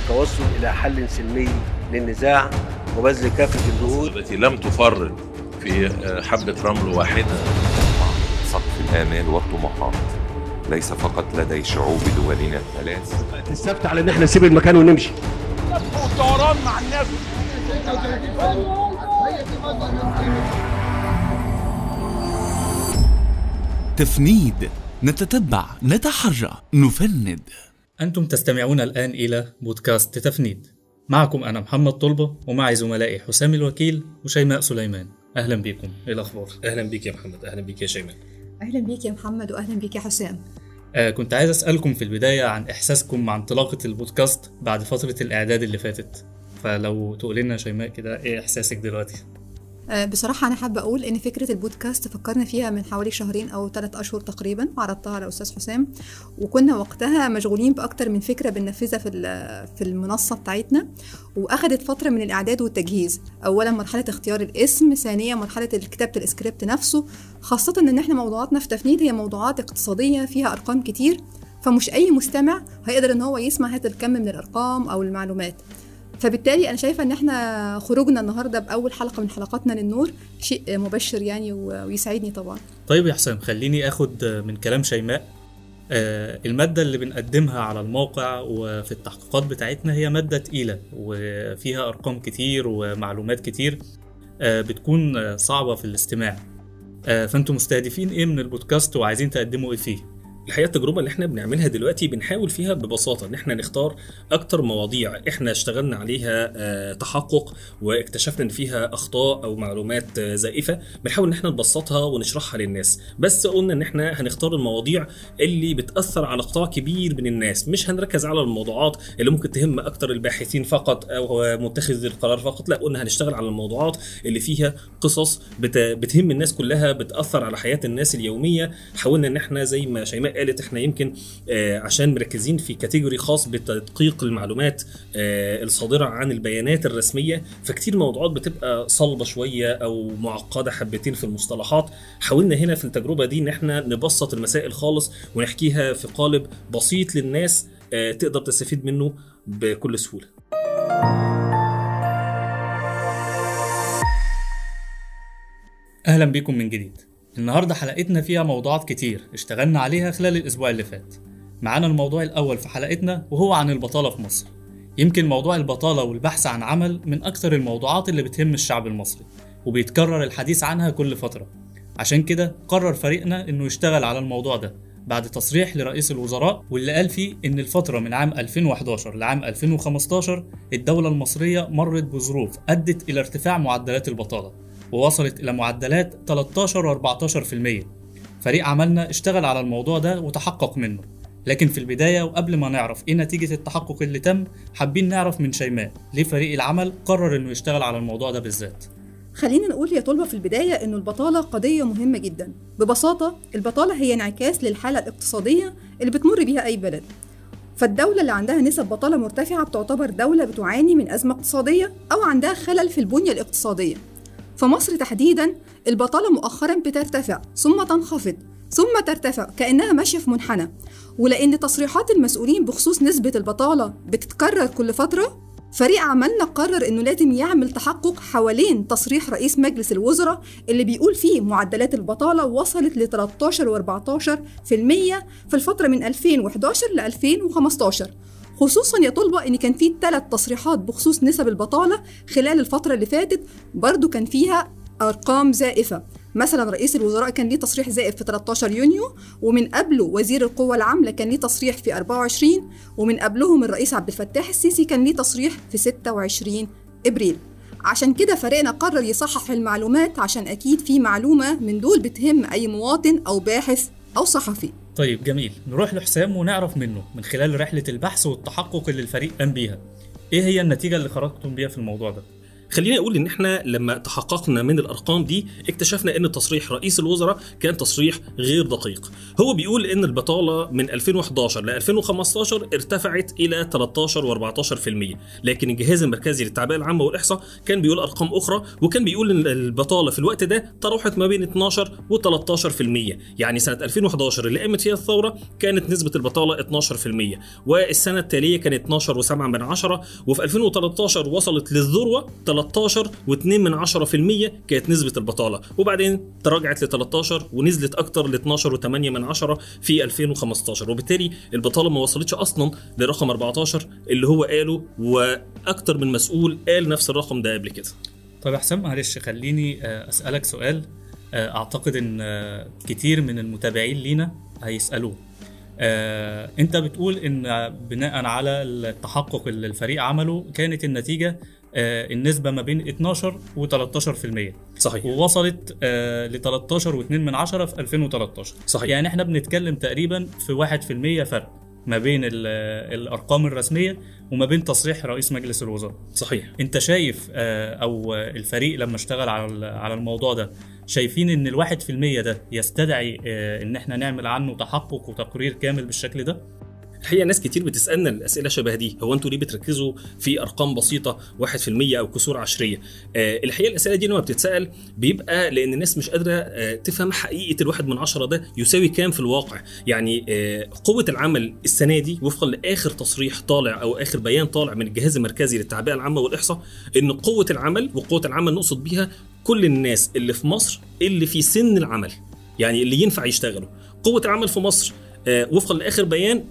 والتوصل إلى حل سلمي للنزاع وبذل كافة الجهود التي لم تفرط في حبة رمل واحدة. سقف الآمال والطموحات ليس فقط لدي شعوب دولنا الثلاث. السبت على ان احنا نسيب المكان ونمشي. والطيران مع الناس. تفنيد، نتتبع، نتحرى، نفند. أنتم تستمعون الآن إلى بودكاست تفنيد. معكم أنا محمد طلبة ومعي زملائي حسام الوكيل وشيماء سليمان. أهلا بكم. إيه الأخبار؟ أهلا بك يا محمد. أهلا بك يا شيماء. أهلا بك يا محمد وأهلا بك يا حسام. كنت عايز أسألكم في البداية عن إحساسكم مع انطلاقة البودكاست بعد فترة الإعداد اللي فاتت. فلو تقول لنا شيماء كده إيه إحساسك دلوقتي؟ بصراحة أنا حابة أقول إن فكرة البودكاست فكرنا فيها من حوالي 2 أو 3 أشهر تقريبا، وعرضتها على أستاذ حسام، وكنا وقتها مشغولين بأكتر من فكرة بننفذها في المنصة بتاعتنا، وأخذت فترة من الإعداد والتجهيز. أولا مرحلة اختيار الاسم، ثانيا مرحلة كتابة الاسكريبت نفسه، خاصة إن إحنا موضوعاتنا في تفنيد هي موضوعات اقتصادية فيها أرقام كتير، فمش أي مستمع هيقدر إن هو يسمع هذا الكم من الأرقام أو المعلومات. فبالتالي أنا شايفة إن إحنا خروجنا النهاردة بأول حلقة من حلقاتنا للنور شيء مبشر يعني، ويسعدني طبعا. طيب يا حسام، خليني أخد من كلام شيماء. المادة اللي بنقدمها على الموقع وفي التحقيقات بتاعتنا هي مادة تقيلة وفيها أرقام كتير ومعلومات كتير، بتكون صعبة في الاستماع. فأنتم مستهدفين إيه من البودكاست وعايزين تقدموا إيه فيه؟ الحقيقة التجربة اللي احنا بنعملها دلوقتي بنحاول فيها ببساطة ان احنا نختار اكتر مواضيع احنا اشتغلنا عليها تحقق واكتشفنا ان فيها اخطاء او معلومات زائفة، بنحاول ان احنا نبسطها ونشرحها للناس. بس قلنا ان احنا هنختار المواضيع اللي بتأثر على قطاع كبير من الناس، مش هنركز على الموضوعات اللي ممكن تهم اكتر الباحثين فقط او متخذ القرار فقط. لا، قلنا هنشتغل على الموضوعات اللي فيها قصص بتهم الناس كلها، بتأثر على حياة الناس اليومية. حاولنا ان احنا زي ما شيماء قالت احنا يمكن عشان مركزين في كاتيجوري خاص بتدقيق المعلومات الصادرة عن البيانات الرسمية، فكتير موضوعات بتبقى صلبة شوية او معقدة حبتين في المصطلحات. حاولنا هنا في التجربة دي ان احنا نبسط المسائل خالص ونحكيها في قالب بسيط للناس تقدر تستفيد منه بكل سهولة. أهلا بكم من جديد. النهاردة حلقتنا فيها موضوعات كتير اشتغلنا عليها خلال الأسبوع اللي فات. معانا الموضوع الأول في حلقتنا وهو عن البطالة في مصر. يمكن موضوع البطالة والبحث عن عمل من أكثر الموضوعات اللي بتهم الشعب المصري، وبيتكرر الحديث عنها كل فترة. عشان كده قرر فريقنا إنه يشتغل على الموضوع ده بعد تصريح لرئيس الوزراء، واللي قال فيه إن الفترة من عام 2011 لعام 2015 الدولة المصرية مرت بظروف أدت إلى ارتفاع معدلات البطالة، ووصلت إلى معدلات 13 و 14%. فريق عملنا اشتغل على الموضوع ده وتحقق منه. لكن في البداية وقبل ما نعرف ايه نتيجة التحقق اللي تم، حابين نعرف من شيماء ليه فريق العمل قرر انه يشتغل على الموضوع ده بالذات. خلينا نقول يا طلبة في البداية انه البطالة قضية مهمة جدا. ببساطة البطالة هي انعكاس للحالة الاقتصادية اللي بتمر بيها اي بلد. فالدولة اللي عندها نسب بطالة مرتفعة بتعتبر دولة بتعاني من أزمة اقتصادية أو عندها خلل في البنية الاقتصادية. فمصر تحديداً البطالة مؤخراً بترتفع ثم تنخفض ثم ترتفع كأنها ماشية في منحنى. ولأن تصريحات المسؤولين بخصوص نسبة البطالة بتتكرر كل فترة، فريق عملنا قرر إنه لازم يعمل تحقق حوالين تصريح رئيس مجلس الوزراء اللي بيقول فيه معدلات البطالة وصلت ل 13 و 14% في الفترة من 2011 ل 2015. خصوصاً يا طلبة إن كان فيه 3 تصريحات بخصوص نسب البطالة خلال الفترة اللي فاتت برضو كان فيها أرقام زائفة. مثلاً رئيس الوزراء كان ليه تصريح زائف في 13 يونيو، ومن قبله وزير القوى العاملة كان ليه تصريح في 24، ومن قبلهم الرئيس عبد الفتاح السيسي كان ليه تصريح في 26 إبريل. عشان كده فريقنا قرر يصحح المعلومات، عشان أكيد في معلومة من دول بتهم أي مواطن أو باحث أو صحفي. طيب جميل، نروح لحسام ونعرف منه من خلال رحلة البحث والتحقق اللي الفريق قام بيها ايه هي النتيجة اللي خرجتم بيها في الموضوع ده. خليني اقول ان احنا لما تحققنا من الارقام دي اكتشفنا ان تصريح رئيس الوزراء كان تصريح غير دقيق. هو بيقول ان البطاله من 2011 ل 2015 ارتفعت الى 13 و14%، لكن الجهاز المركزي للتعبئه العامه والاحصاء كان بيقول ارقام اخرى، وكان بيقول ان البطاله في الوقت ده تراوحت ما بين 12 و13%. يعني سنه 2011 اللي قامت فيها الثوره كانت نسبه البطاله 12%، والسنه التاليه كانت 12.7%، وفي 2013 وصلت للذروه 13.2% كانت نسبة البطالة، وبعدين تراجعت ل 13 ونزلت أكتر ل 12.8% في 2015، وبالتالي البطالة ما وصلتش أصلا لرقم 14 اللي هو قاله، وأكتر من مسؤول قال نفس الرقم ده قبل كده. طيب حسام، معلش خليني أسألك سؤال أعتقد إن كتير من المتابعين لينا هيسألوه. أنت بتقول إن بناء على التحقق اللي الفريق عمله كانت النتيجة النسبة ما بين 12 و 13%. صحيح. ووصلت ل 13.2% في 2013. صحيح. يعني احنا بنتكلم تقريبا في 1% فرق ما بين الأرقام الرسمية وما بين تصريح رئيس مجلس الوزراء. صحيح. انت شايف او الفريق لما اشتغل على الموضوع ده شايفين ان 1% ده يستدعي ان احنا نعمل عنه تحقق وتقرير كامل بالشكل ده؟ الحقيقة ناس كتير بتسألنا الأسئلة شبه دي، هو أنتوا ليه بتركزوا في أرقام بسيطة 1% أو كسور عشرية؟ الحقيقة الأسئلة دي لما بتتسأل بيبقى لأن الناس مش قادرة تفهم حقيقة 1/10 ده يساوي كام في الواقع. يعني قوة العمل السنة دي وفقا لآخر تصريح طالع أو آخر بيان طالع من الجهاز المركزي للتعبئة العامة والإحصاء، إن قوة العمل، وقوة العمل نقصد بيها كل الناس اللي في مصر اللي في سن العمل، يعني اللي ينفع يشتغلوا. قوة العمل في مصر وفقا لآخر بيان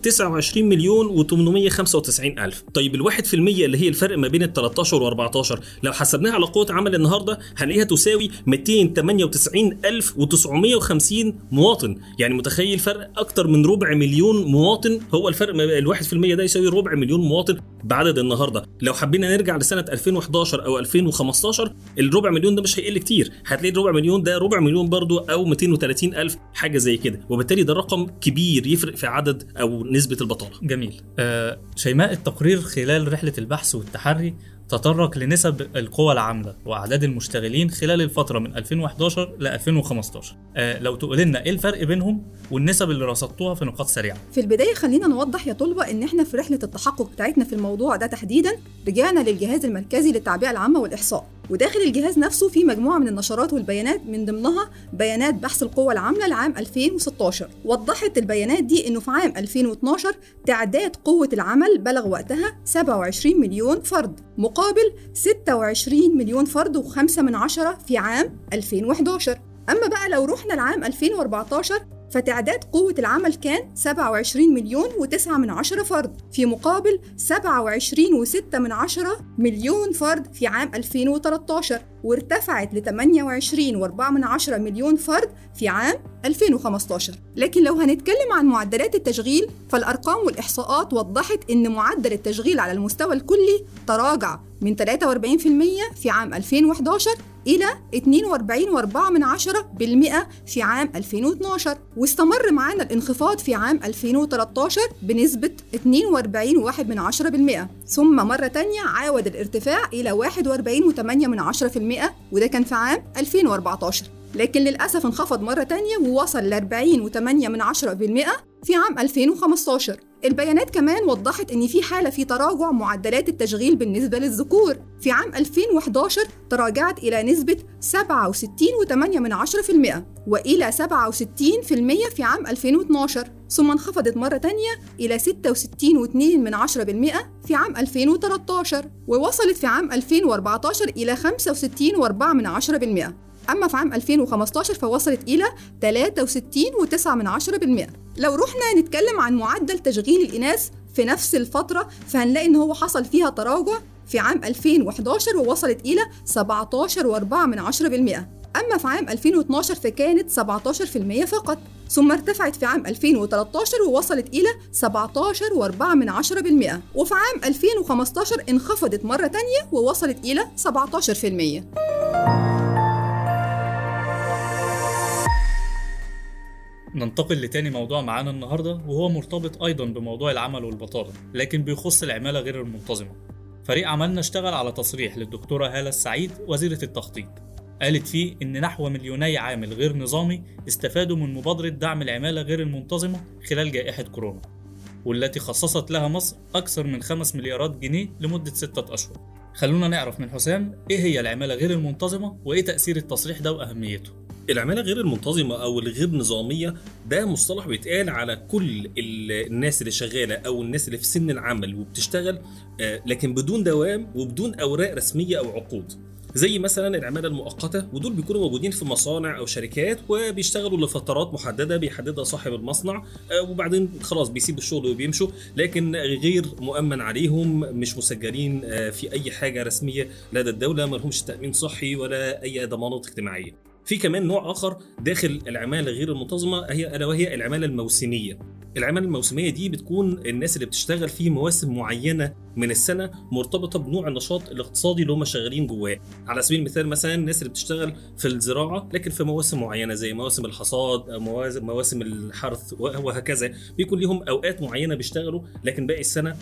29,895,000. طيب 1% اللي هي الفرق ما بين 13 و 14 لو حسبناها على قوة عمل النهاردة هنلاقيها تساوي 298,950 مواطن. يعني متخيل فرق أكتر من 250,000 مواطن، هو الفرق 1% ده يساوي 250,000 مواطن بعدد النهاردة. لو حبينا نرجع لسنة 2011 أو 2015 ال250,000 ده مش هيقل كتير، هتلاقي 250,000 ده 4,000,000 برضو أو 230,000 حاجة زي كده، وبالتالي ده رقم كبير يفرق في عدد أو نسبة البطالة. جميل. شيماء، التقرير خلال رحلة البحث والتحري تطرق لنسب القوى العاملة وأعداد المشتغلين خلال الفترة من 2011 ل 2015. لو تقول لنا إيه الفرق بينهم والنسب اللي رصدتوها في نقاط سريعة؟ في البداية خلينا نوضح يا طلبة إن إحنا في رحلة التحقق بتاعتنا في الموضوع ده تحديداً رجعنا للجهاز المركزي للتعبئة العامة والإحصاء، وداخل الجهاز نفسه في مجموعة من النشرات والبيانات، من ضمنها بيانات بحث القوى العاملة لعام 2016. وضحت البيانات دي إنه في عام 2012 تعداد قوة العمل بلغ وقتها 27 مليون فرد مقابل 26 مليون فرد و5 في عام 2011. أما بقى لو رحنا لعام 2014 فتعداد قوة العمل كان 27 مليون و9 فرد في مقابل 27.6 مليون فرد في عام 2013، وارتفعت ل 28.4 مليون فرد في عام 2015. لكن لو هنتكلم عن معدلات التشغيل فالأرقام والإحصاءات وضحت إن معدل التشغيل على المستوى الكلي تراجع من 43% في عام 2011 إلى 42.4% في عام 2012، واستمر معانا الانخفاض في عام 2013 بنسبة 42.1%، ثم مرة تانية عاود الارتفاع إلى 41.8%، وده كان في عام 2014. لكن للأسف انخفض مرة تانية ووصل ل 40.8% في عام 2015. البيانات كمان وضحت إن في حالة في تراجع معدلات التشغيل بالنسبة للذكور. في عام 2011 تراجعت إلى نسبة 67.8% وإلى 67% في عام 2012، ثم انخفضت مرة تانية إلى 66.2% في عام 2013، ووصلت في عام 2014 إلى 65.4%. أما في عام 2015 فوصلت إلى 63.9%. لو رحنا نتكلم عن معدل تشغيل الإناث في نفس الفترة فهنلاقي إن هو حصل فيها تراجع في عام 2011 ووصلت إلى 17.4%. أما في عام 2012 فكانت 17% فقط، ثم ارتفعت في عام 2013 ووصلت إلى 17.4%، وفي عام 2015 انخفضت مرة تانية ووصلت إلى 17%. ننتقل لتاني موضوع معانا النهاردة، وهو مرتبط أيضا بموضوع العمل والبطالة، لكن بيخص العمالة غير المنتظمة. فريق عملنا اشتغل على تصريح للدكتورة هالة السعيد وزيرة التخطيط، قالت فيه إن نحو 2 مليون عامل غير نظامي استفادوا من مبادرة دعم العمالة غير المنتظمة خلال جائحة كورونا، والتي خصصت لها مصر أكثر من 5 مليارات جنيه لمدة 6 أشهر. خلونا نعرف من حسام إيه هي العمالة غير المنتظمة وإيه تأثير التصريح ده وأهميته. العمالة غير المنتظمة أو الغير نظامية ده مصطلح بيتقال على كل الناس اللي شغالة أو الناس اللي في سن العمل وبتشتغل لكن بدون دوام وبدون أوراق رسمية أو عقود، زي مثلا العمالة المؤقتة، ودول بيكونوا موجودين في مصانع أو شركات وبيشتغلوا لفترات محددة بيحددها صاحب المصنع وبعدين خلاص بيسيبوا الشغل وبيمشوا، لكن غير مؤمن عليهم، مش مسجلين في أي حاجة رسمية لدى الدولة، ما لهمش تأمين صحي ولا أي ضمانات اجتماعية. في كمان نوع آخر داخل العمالة غير المنتظمة ألا وهي العمالة الموسمية. العمالة الموسمية دي بتكون الناس اللي بتشتغل في مواسم معينة من السنة مرتبطة بنوع النشاط الاقتصادي اللي هم شغالين جواه. على سبيل المثال مثلا الناس اللي بتشتغل في الزراعة لكن في مواسم معينة زي مواسم الحصاد أو مواسم الحرث وهكذا، بيكون لهم أوقات معينة بيشتغلوا، لكن باقي السنة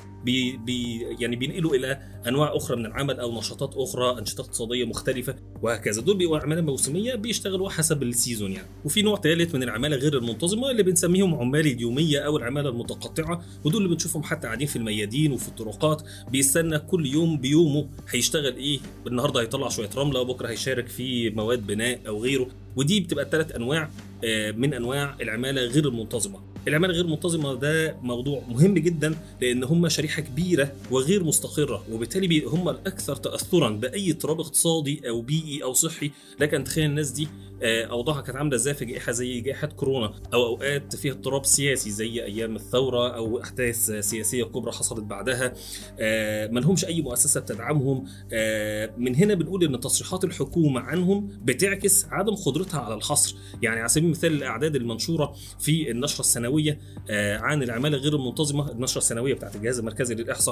يعني بينقلوا إلى أنواع أخرى من العمل أو نشاطات أخرى، أنشطة اقتصادية مختلفة وهكذا. دول بيبقوا عمالة موسمية بيشتغلوا حسب السيزون يعني. وفي نوع ثالث من العمالة غير المنتظمة اللي بنسميهم عمال اليومية أو العمالة المتقطعة، ودول اللي بنشوفهم حتى قاعدين في الميادين وفي الطرقات، بيستنى كل يوم بيومه هيشتغل ايه، النهارده هيطلع شويه رمله، بكره هيشارك في مواد بناء او غيره. ودي بتبقى 3 انواع من انواع العماله غير المنتظمه. العماله غير المنتظمه ده موضوع مهم جدا لان هم شريحه كبيره وغير مستقره، وبالتالي هم الاكثر تاثرا باي اضطراب اقتصادي او بيئي او صحي. لكن تخيل الناس دي اوضاعها كانت عامله ازاي في جائحه زي جائحه كورونا، او اوقات فيها اضطراب سياسي زي ايام الثوره او احداث سياسيه كبرى حصلت بعدها، ما لهمش اي مؤسسه بتدعمهم. من هنا بنقول ان تصريحات الحكومه عنهم بتعكس عدم قدرتها على الحصر. يعني على سبيل المثال الاعداد المنشوره في النشره السنويه عن العماله غير المنتظمه، النشره السنويه بتاعت الجهاز المركزي للاحصاء،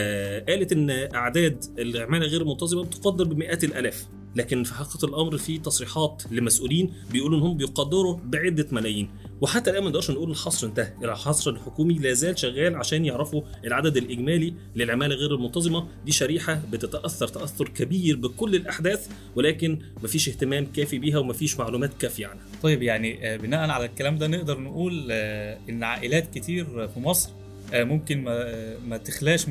قالت ان اعداد العماله غير المنتظمه بتقدر بمئات الالاف، لكن في حقيقة الأمر في تصريحات لمسؤولين بيقولوا إنهم بيقدروا بعدة ملايين. وحتى الآن ما نقدرش نقول الحصر انتهى، الحصر الحكومي لا زال شغال عشان يعرفوا العدد الإجمالي للعمالة غير المنتظمة. دي شريحة بتتأثر تأثر كبير بكل الأحداث، ولكن مفيش اهتمام كافي بيها ومفيش معلومات كافية عنها. طيب يعني بناء على الكلام ده نقدر نقول إن عائلات كتير في مصر ممكن ما تخلاش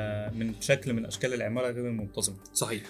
من شكل من أشكال العمالة غير المنتظمة. صحيح.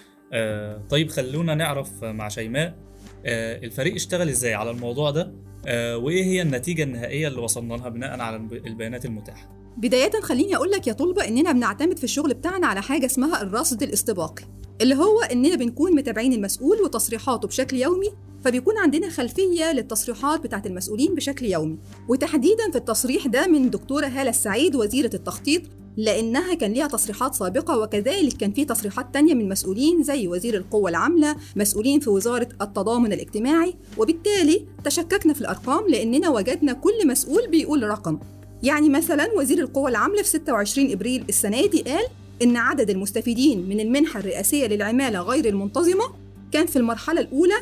طيب خلونا نعرف مع شيماء الفريق اشتغل ازاي على الموضوع ده وايه هي النتيجة النهائية اللي وصلنا لها بناء على البيانات المتاحة. بداية خليني أقول لك يا طلبة إننا بنعتمد في الشغل بتاعنا على حاجة اسمها الرصد الاستباقي، اللي هو إننا بنكون متابعين المسؤول وتصريحاته بشكل يومي، فبيكون عندنا خلفية للتصريحات بتاعت المسؤولين بشكل يومي. وتحديداً في التصريح ده من دكتورة هالة السعيد وزيرة التخطيط، لأنها كان ليها تصريحات سابقة، وكذلك كان في تصريحات تانية من مسؤولين زي وزير القوة العاملة، مسؤولين في وزارة التضامن الاجتماعي، وبالتالي تشككنا في الأرقام لأننا وجدنا كل مسؤول بيقول رقم. يعني مثلا وزير القوة العاملة في 26 إبريل السنة دي قال إن عدد المستفيدين من المنحة الرئاسية للعمالة غير المنتظمة كان في المرحلة الأولى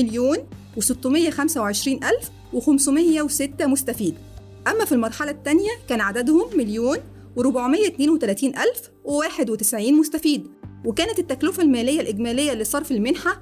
1,625,506 مستفيد، أما في المرحلة الثانية كان عددهم 1,432,091 مستفيد، وكانت التكلفة المالية الإجمالية لصرف المنحة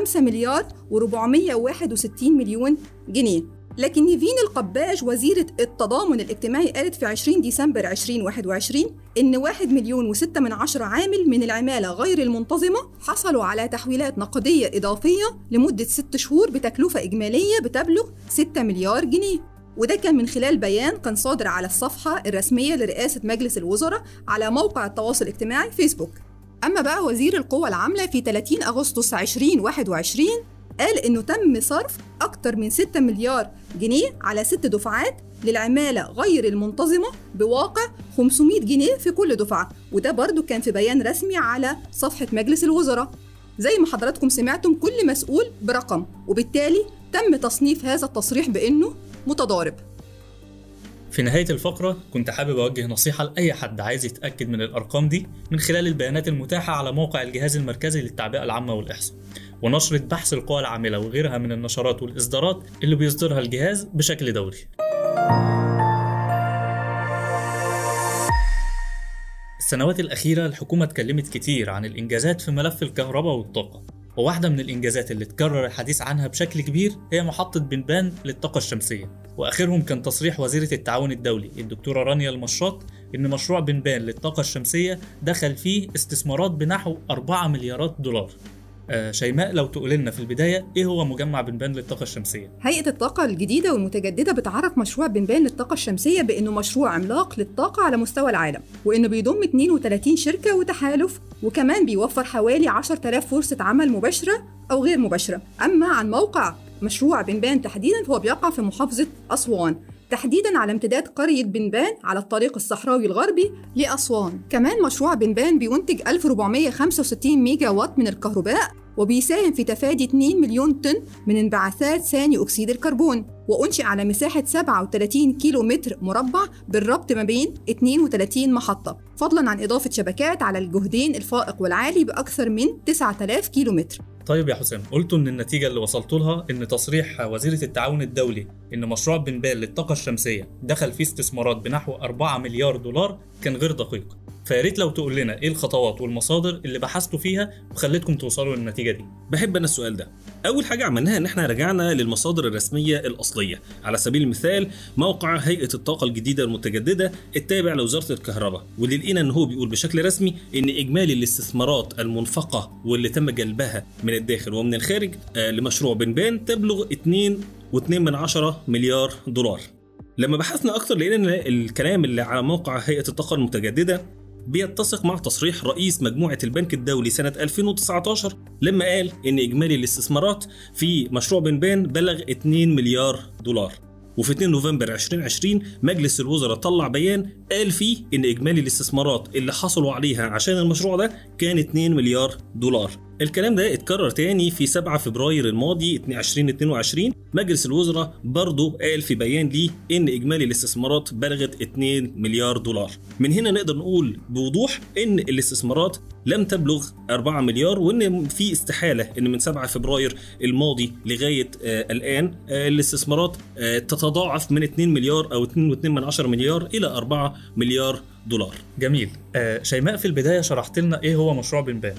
5,461,000,000 جنيه. لكن نيفين القباج وزيرة التضامن الاجتماعي قالت في 20 ديسمبر 2021 إن 1,006,000 عامل من العمالة غير المنتظمة حصلوا على تحويلات نقدية إضافية لمدة 6 شهور بتكلفة إجمالية بتبلغ 6 مليار جنيه، وده كان من خلال بيان كان صادر على الصفحة الرسمية لرئاسة مجلس الوزراء على موقع التواصل الاجتماعي فيسبوك. أما بقى وزير القوة العاملة في 30 أغسطس 2021 قال إنه تم صرف أكتر من 6 مليار جنيه على 6 دفعات للعمالة غير المنتظمة بواقع 500 جنيه في كل دفعة، وده برضو كان في بيان رسمي على صفحة مجلس الوزراء. زي ما حضراتكم سمعتم كل مسؤول برقم، وبالتالي تم تصنيف هذا التصريح بأنه متضارب. في نهاية الفقرة كنت حابب أوجه نصيحة لأي حد عايز يتأكد من الأرقام دي من خلال البيانات المتاحة على موقع الجهاز المركزي للتعبئة العامة والإحصاء، ونشرة بحث القوى العاملة وغيرها من النشرات والإصدارات اللي بيصدرها الجهاز بشكل دوري. السنوات الأخيرة الحكومة اتكلمت كتير عن الإنجازات في ملف الكهرباء والطاقة، وواحدة من الإنجازات اللي اتكرر الحديث عنها بشكل كبير هي محطة بنبان للطاقة الشمسية، وآخرهم كان تصريح وزيرة التعاون الدولي الدكتورة رانيا المشاط إن مشروع بنبان للطاقة الشمسية دخل فيه استثمارات بنحو 4 مليارات دولار. شيماء، لو تقول لنا في البداية إيه هو مجمع بنبان للطاقة الشمسية؟ هيئة الطاقة الجديدة والمتجددة بتعرف مشروع بنبان للطاقة الشمسية بأنه مشروع عملاق للطاقة على مستوى العالم، وإنه بيضم 32 شركة وتحالف، وكمان بيوفر حوالي 10,000 فرصة عمل مباشرة أو غير مباشرة. أما عن موقع مشروع بنبان تحديداً فهو بيقع في محافظة أسوان، تحديداً على امتداد قرية بنبان على الطريق الصحراوي الغربي لأسوان. كمان مشروع بنبان بينتج 1465 ميجا وات من الكهرباء، وبيساهم في تفادي 2 مليون طن من انبعاثات ثاني أكسيد الكربون، وأنشئ على مساحة 37 كيلو متر مربع بالربط ما بين 32 محطة، فضلاً عن إضافة شبكات على الجهدين الفائق والعالي بأكثر من 9000 كيلو متر. طيب يا حسام، قلتوا إن النتيجة اللي وصلتوا لها إن تصريح وزيرة التعاون الدولي إن مشروع بنبان للطاقة الشمسية دخل فيه استثمارات بنحو 4 مليار دولار كان غير دقيق، فياريت لو تقول لنا إيه الخطوات والمصادر اللي بحثتوا فيها وخلتكم توصلوا للنتيجة دي. بحب أنا السؤال ده. أول حاجة عملناها إن إحنا رجعنا للمصادر الرسمية الأصلية، على سبيل المثال موقع هيئة الطاقة الجديدة المتجددة التابع لوزارة الكهرباء، واللي لقينا إن هو بيقول بشكل رسمي إن إجمالي الاستثمارات المنفقة واللي تم جلبها من الداخل ومن الخارج لمشروع بنبان تبلغ 2.2 مليار دولار. لما بحثنا أكتر لقينا إن الكلام اللي على موقع هيئة الطاقة المتجددة بيتسق مع تصريح رئيس مجموعة البنك الدولي سنة 2019 لما قال إن إجمالي الاستثمارات في مشروع بنبان بلغ 2 مليار دولار. وفي 2 نوفمبر 2020 مجلس الوزراء طلع بيان قال فيه إن إجمالي الاستثمارات اللي حصلوا عليها عشان المشروع ده كان 2 مليار دولار. الكلام ده اتكرر تاني في 7 فبراير الماضي 2022، مجلس الوزراء برضه قال في بيان ليه إن إجمالي الاستثمارات بلغت 2 مليار دولار. من هنا نقدر نقول بوضوح إن الاستثمارات لم تبلغ 4 مليار، وإن في استحالة إن من 7 فبراير الماضي لغاية الآن الاستثمارات تتضاعف من 2 مليار أو 2.2 مليار إلى 4 مليار دولار. جميل. شيماء، في البداية شرحت لنا إيه هو مشروع بنبان،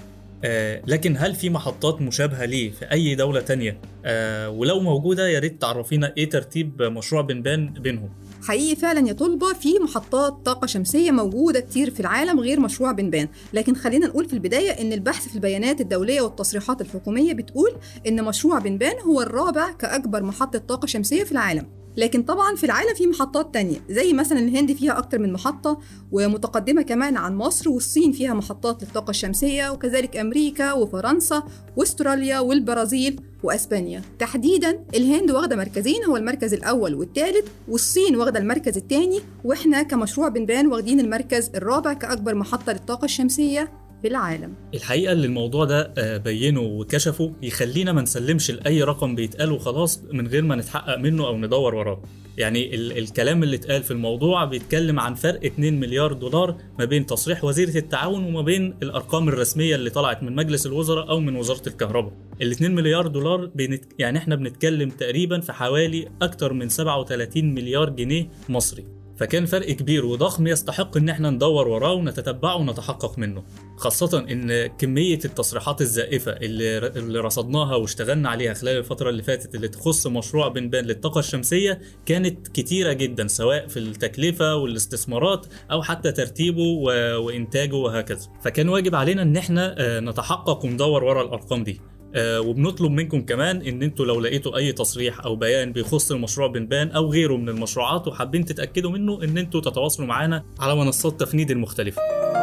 لكن هل في محطات مشابهة ليه في أي دولة تانية؟ ولو موجودة يا ريت تعرفينا إيه ترتيب مشروع بنبان بينهم. حقيقي فعلا يا طلبة في محطات طاقة شمسية موجودة كتير في العالم غير مشروع بنبان، لكن خلينا نقول في البداية إن البحث في البيانات الدولية والتصريحات الحكومية بتقول إن مشروع بنبان هو الرابع كأكبر محطة طاقة شمسية في العالم. لكن طبعا في العالم في محطات تانية، زي مثلا الهند فيها أكتر من محطة ومتقدمة كمان عن مصر، والصين فيها محطات للطاقة الشمسية، وكذلك أمريكا وفرنسا واستراليا والبرازيل وأسبانيا. تحديدا الهند واخدة مركزين، هو المركز الأول والثالث، والصين واخدة المركز الثاني، وإحنا كمشروع بنبان واخدين المركز الرابع كأكبر محطة للطاقة الشمسية في العالم. الحقيقة اللي الموضوع ده بينه وكشفه يخلينا ما نسلمش لأي رقم بيتقال وخلاص من غير ما نتحقق منه أو ندور وراه. يعني الكلام اللي اتقال في الموضوع بيتكلم عن فرق 2 مليار دولار ما بين تصريح وزيرة التعاون وما بين الأرقام الرسمية اللي طلعت من مجلس الوزراء أو من وزارة الكهرباء. ال 2 مليار دولار يعني احنا بنتكلم تقريبا في حوالي أكتر من 37 مليار جنيه مصري، فكان فرق كبير وضخم يستحق ان احنا ندور وراه ونتتبعه ونتحقق منه، خاصة ان كمية التصريحات الزائفة اللي رصدناها واشتغلنا عليها خلال الفترة اللي فاتت اللي تخص مشروع بنبان للطاقة الشمسية كانت كتيرة جدا، سواء في التكلفة والاستثمارات او حتى ترتيبه وانتاجه وهكذا. فكان واجب علينا ان احنا نتحقق وندور ورا الارقام دي. وبنطلب منكم كمان ان انتوا لو لقيتوا اي تصريح او بيان بيخص المشروع بنبان او غيره من المشروعات وحابين تتاكدوا منه ان انتوا تتواصلوا معانا على منصات تفنيد المختلفه.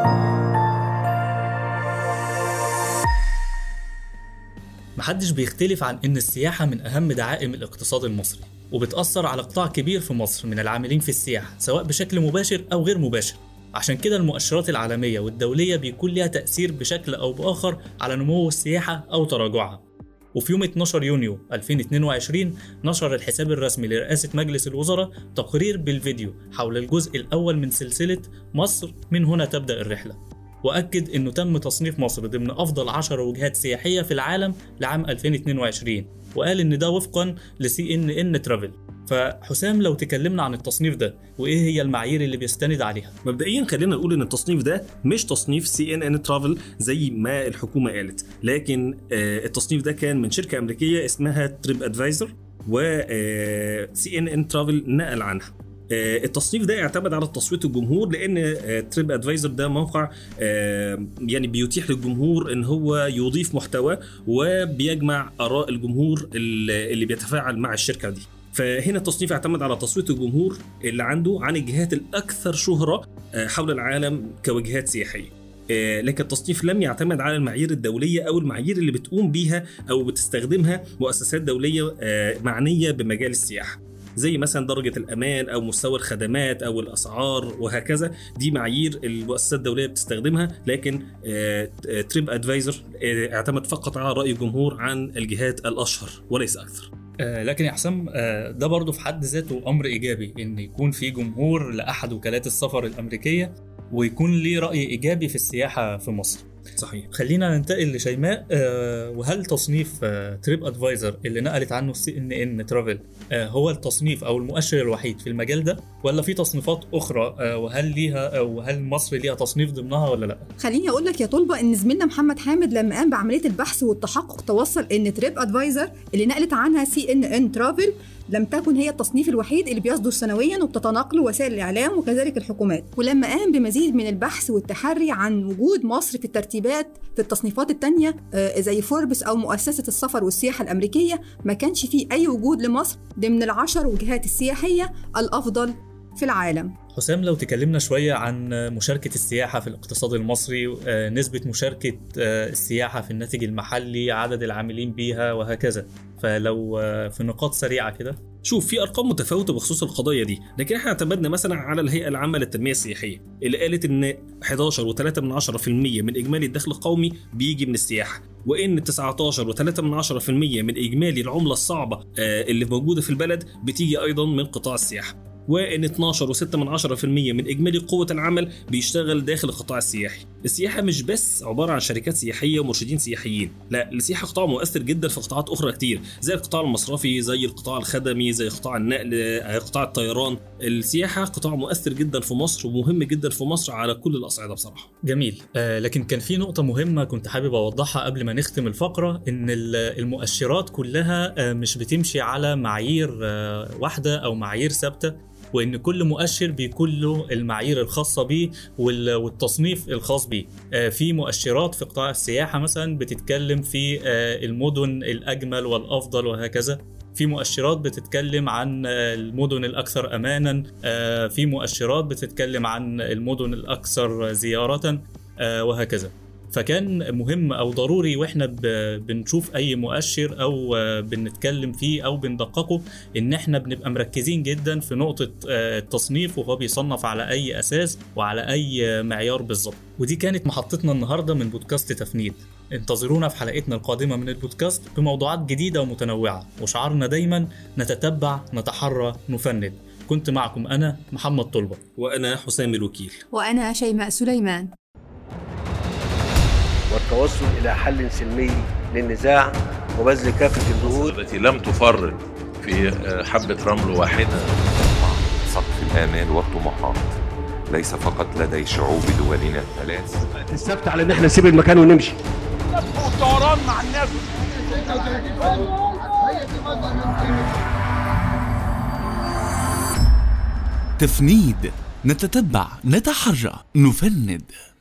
محدش بيختلف عن ان السياحه من اهم دعائم الاقتصاد المصري، وبتاثر على قطاع كبير في مصر من العاملين في السياحه سواء بشكل مباشر او غير مباشر. عشان كده المؤشرات العالمية والدولية بيكون لها تأثير بشكل أو بآخر على نمو السياحة أو تراجعها. وفي يوم 12 يونيو 2022 نشر الحساب الرسمي لرئاسة مجلس الوزراء تقرير بالفيديو حول الجزء الأول من سلسلة مصر من هنا تبدأ الرحلة، وأكد أنه تم تصنيف مصر ضمن أفضل 10 وجهات سياحية في العالم لعام 2022، وقال أن ده وفقا لCNN Travel. فحسام لو تكلمنا عن التصنيف ده وإيه هي المعايير اللي بيستند عليها. مبدئيا خلينا نقول ان التصنيف ده مش تصنيف CNN Travel زي ما الحكومة قالت، لكن التصنيف ده كان من شركة أمريكية اسمها تريب أدفايزر، و CNN Travel نقل عنها. التصنيف ده اعتمد على تصويت الجمهور، لان تريب ادفايزر ده موقع يعني بيتيح للجمهور ان هو يضيف محتوى وبيجمع اراء الجمهور اللي بيتفاعل مع الشركه دي. فهنا التصنيف اعتمد على تصويت الجمهور اللي عنده عن الجهات الاكثر شهره حول العالم كوجهات سياحيه. لكن التصنيف لم يعتمد على المعايير الدوليه او المعايير اللي بتقوم بيها او بتستخدمها مؤسسات دوليه معنيه بمجال السياحه، زي مثلا درجة الأمان أو مستوى الخدمات أو الأسعار وهكذا. دي معايير المؤسسات الدولية بتستخدمها، لكن تريب أدفايزر اعتمد فقط على رأي الجمهور عن الجهات الأشهر وليس أكثر. لكن يا حسام ده برضو في حد ذاته أمر إيجابي، إن يكون في جمهور لأحد وكالات السفر الأمريكية ويكون ليه رأي إيجابي في السياحة في مصر. صحيح. خلينا ننتقل لشيماء. وهل تصنيف تريب أدفايزر اللي نقلت عنه CNN Travel هو التصنيف أو المؤشر الوحيد في المجال ده، ولا في تصنيفات أخرى؟ وهل مصر ليها تصنيف ضمنها ولا لا؟ خليني أقول لك يا طلبة إن زميلنا محمد حامد لما قام بعملية البحث والتحقق توصل إن تريب أدفايزر اللي نقلت عنها CNN Travel لم تكن هي التصنيف الوحيد اللي بيصدر سنويا وبتتناقله وسائل الإعلام وكذلك الحكومات. ولما قام بمزيد من البحث والتحري عن وجود مصر في الترتيبات في التصنيفات التانية زي فوربس أو مؤسسة السفر والسياحة الأمريكية، ما كانش فيه أي وجود لمصر ضمن 10 وجهات السياحية الأفضل في العالم. حسام لو تكلمنا شوية عن مشاركة السياحة في الاقتصاد المصري، نسبة مشاركة السياحة في الناتج المحلي، عدد العاملين بيها وهكذا، فلو في نقاط سريعة كده. شوف، في أرقام متفاوتة بخصوص القضية دي، لكن احنا اعتمدنا مثلا على الهيئة العامة للتنمية السياحية اللي قالت ان 11.3% من إجمالي الدخل القومي بيجي من السياحة، وإن 19.3% من إجمالي العملة الصعبة اللي موجودة في البلد بتيجي أيضا من قطاع السياحة، وإن 12.6% من إجمالي قوة العمل بيشتغل داخل القطاع السياحي. السياحة مش بس عبارة عن شركات سياحية ومرشدين سياحيين، لا، السياحة قطاع مؤثر جدا في قطاعات أخرى كتير، زي القطاع المصرفي، زي القطاع الخدمي، زي قطاع النقل، قطاع الطيران. السياحة قطاع مؤثر جدا في مصر ومهم جدا في مصر على كل الأصعدة بصراحة. جميل. لكن كان في نقطة مهمة كنت حابب أوضحها قبل ما نختم الفقرة، إن المؤشرات كلها مش بتمشي على معايير واحدة أو معايير ثابتة، وإن كل مؤشر بيكون له المعايير الخاصة بيه والتصنيف الخاص بيه. في مؤشرات في قطاع السياحة مثلا بتتكلم في المدن الأجمل والأفضل وهكذا، في مؤشرات بتتكلم عن المدن الأكثر أمانا، في مؤشرات بتتكلم عن المدن الأكثر زيارة وهكذا. فكان مهم أو ضروري وإحنا بنشوف أي مؤشر أو بنتكلم فيه أو بندققه، إن إحنا بنبقى مركزين جدا في نقطة التصنيف وهو بيصنف على أي أساس وعلى أي معيار بالظبط. ودي كانت محطتنا النهاردة من بودكاست تفنيد. انتظرونا في حلقتنا القادمة من البودكاست بموضوعات جديدة ومتنوعة، وشعارنا دايما نتتبع، نتحرى، نفند. كنت معكم أنا محمد طلبة، وأنا حسام الوكيل، وأنا شيماء سليمان. والتوصل إلى حل سلمي للنزاع وبذل كافة الجهود التي لم تفرط في حبة رمل واحدة. سقف الآمال والطموحات ليس فقط لدي شعوب دولنا الثلاث. السبت على إن احنا نسيب المكان ونمشي. وطيران مع الناس. تفنيد، نتتبع، نتحرى، نفند.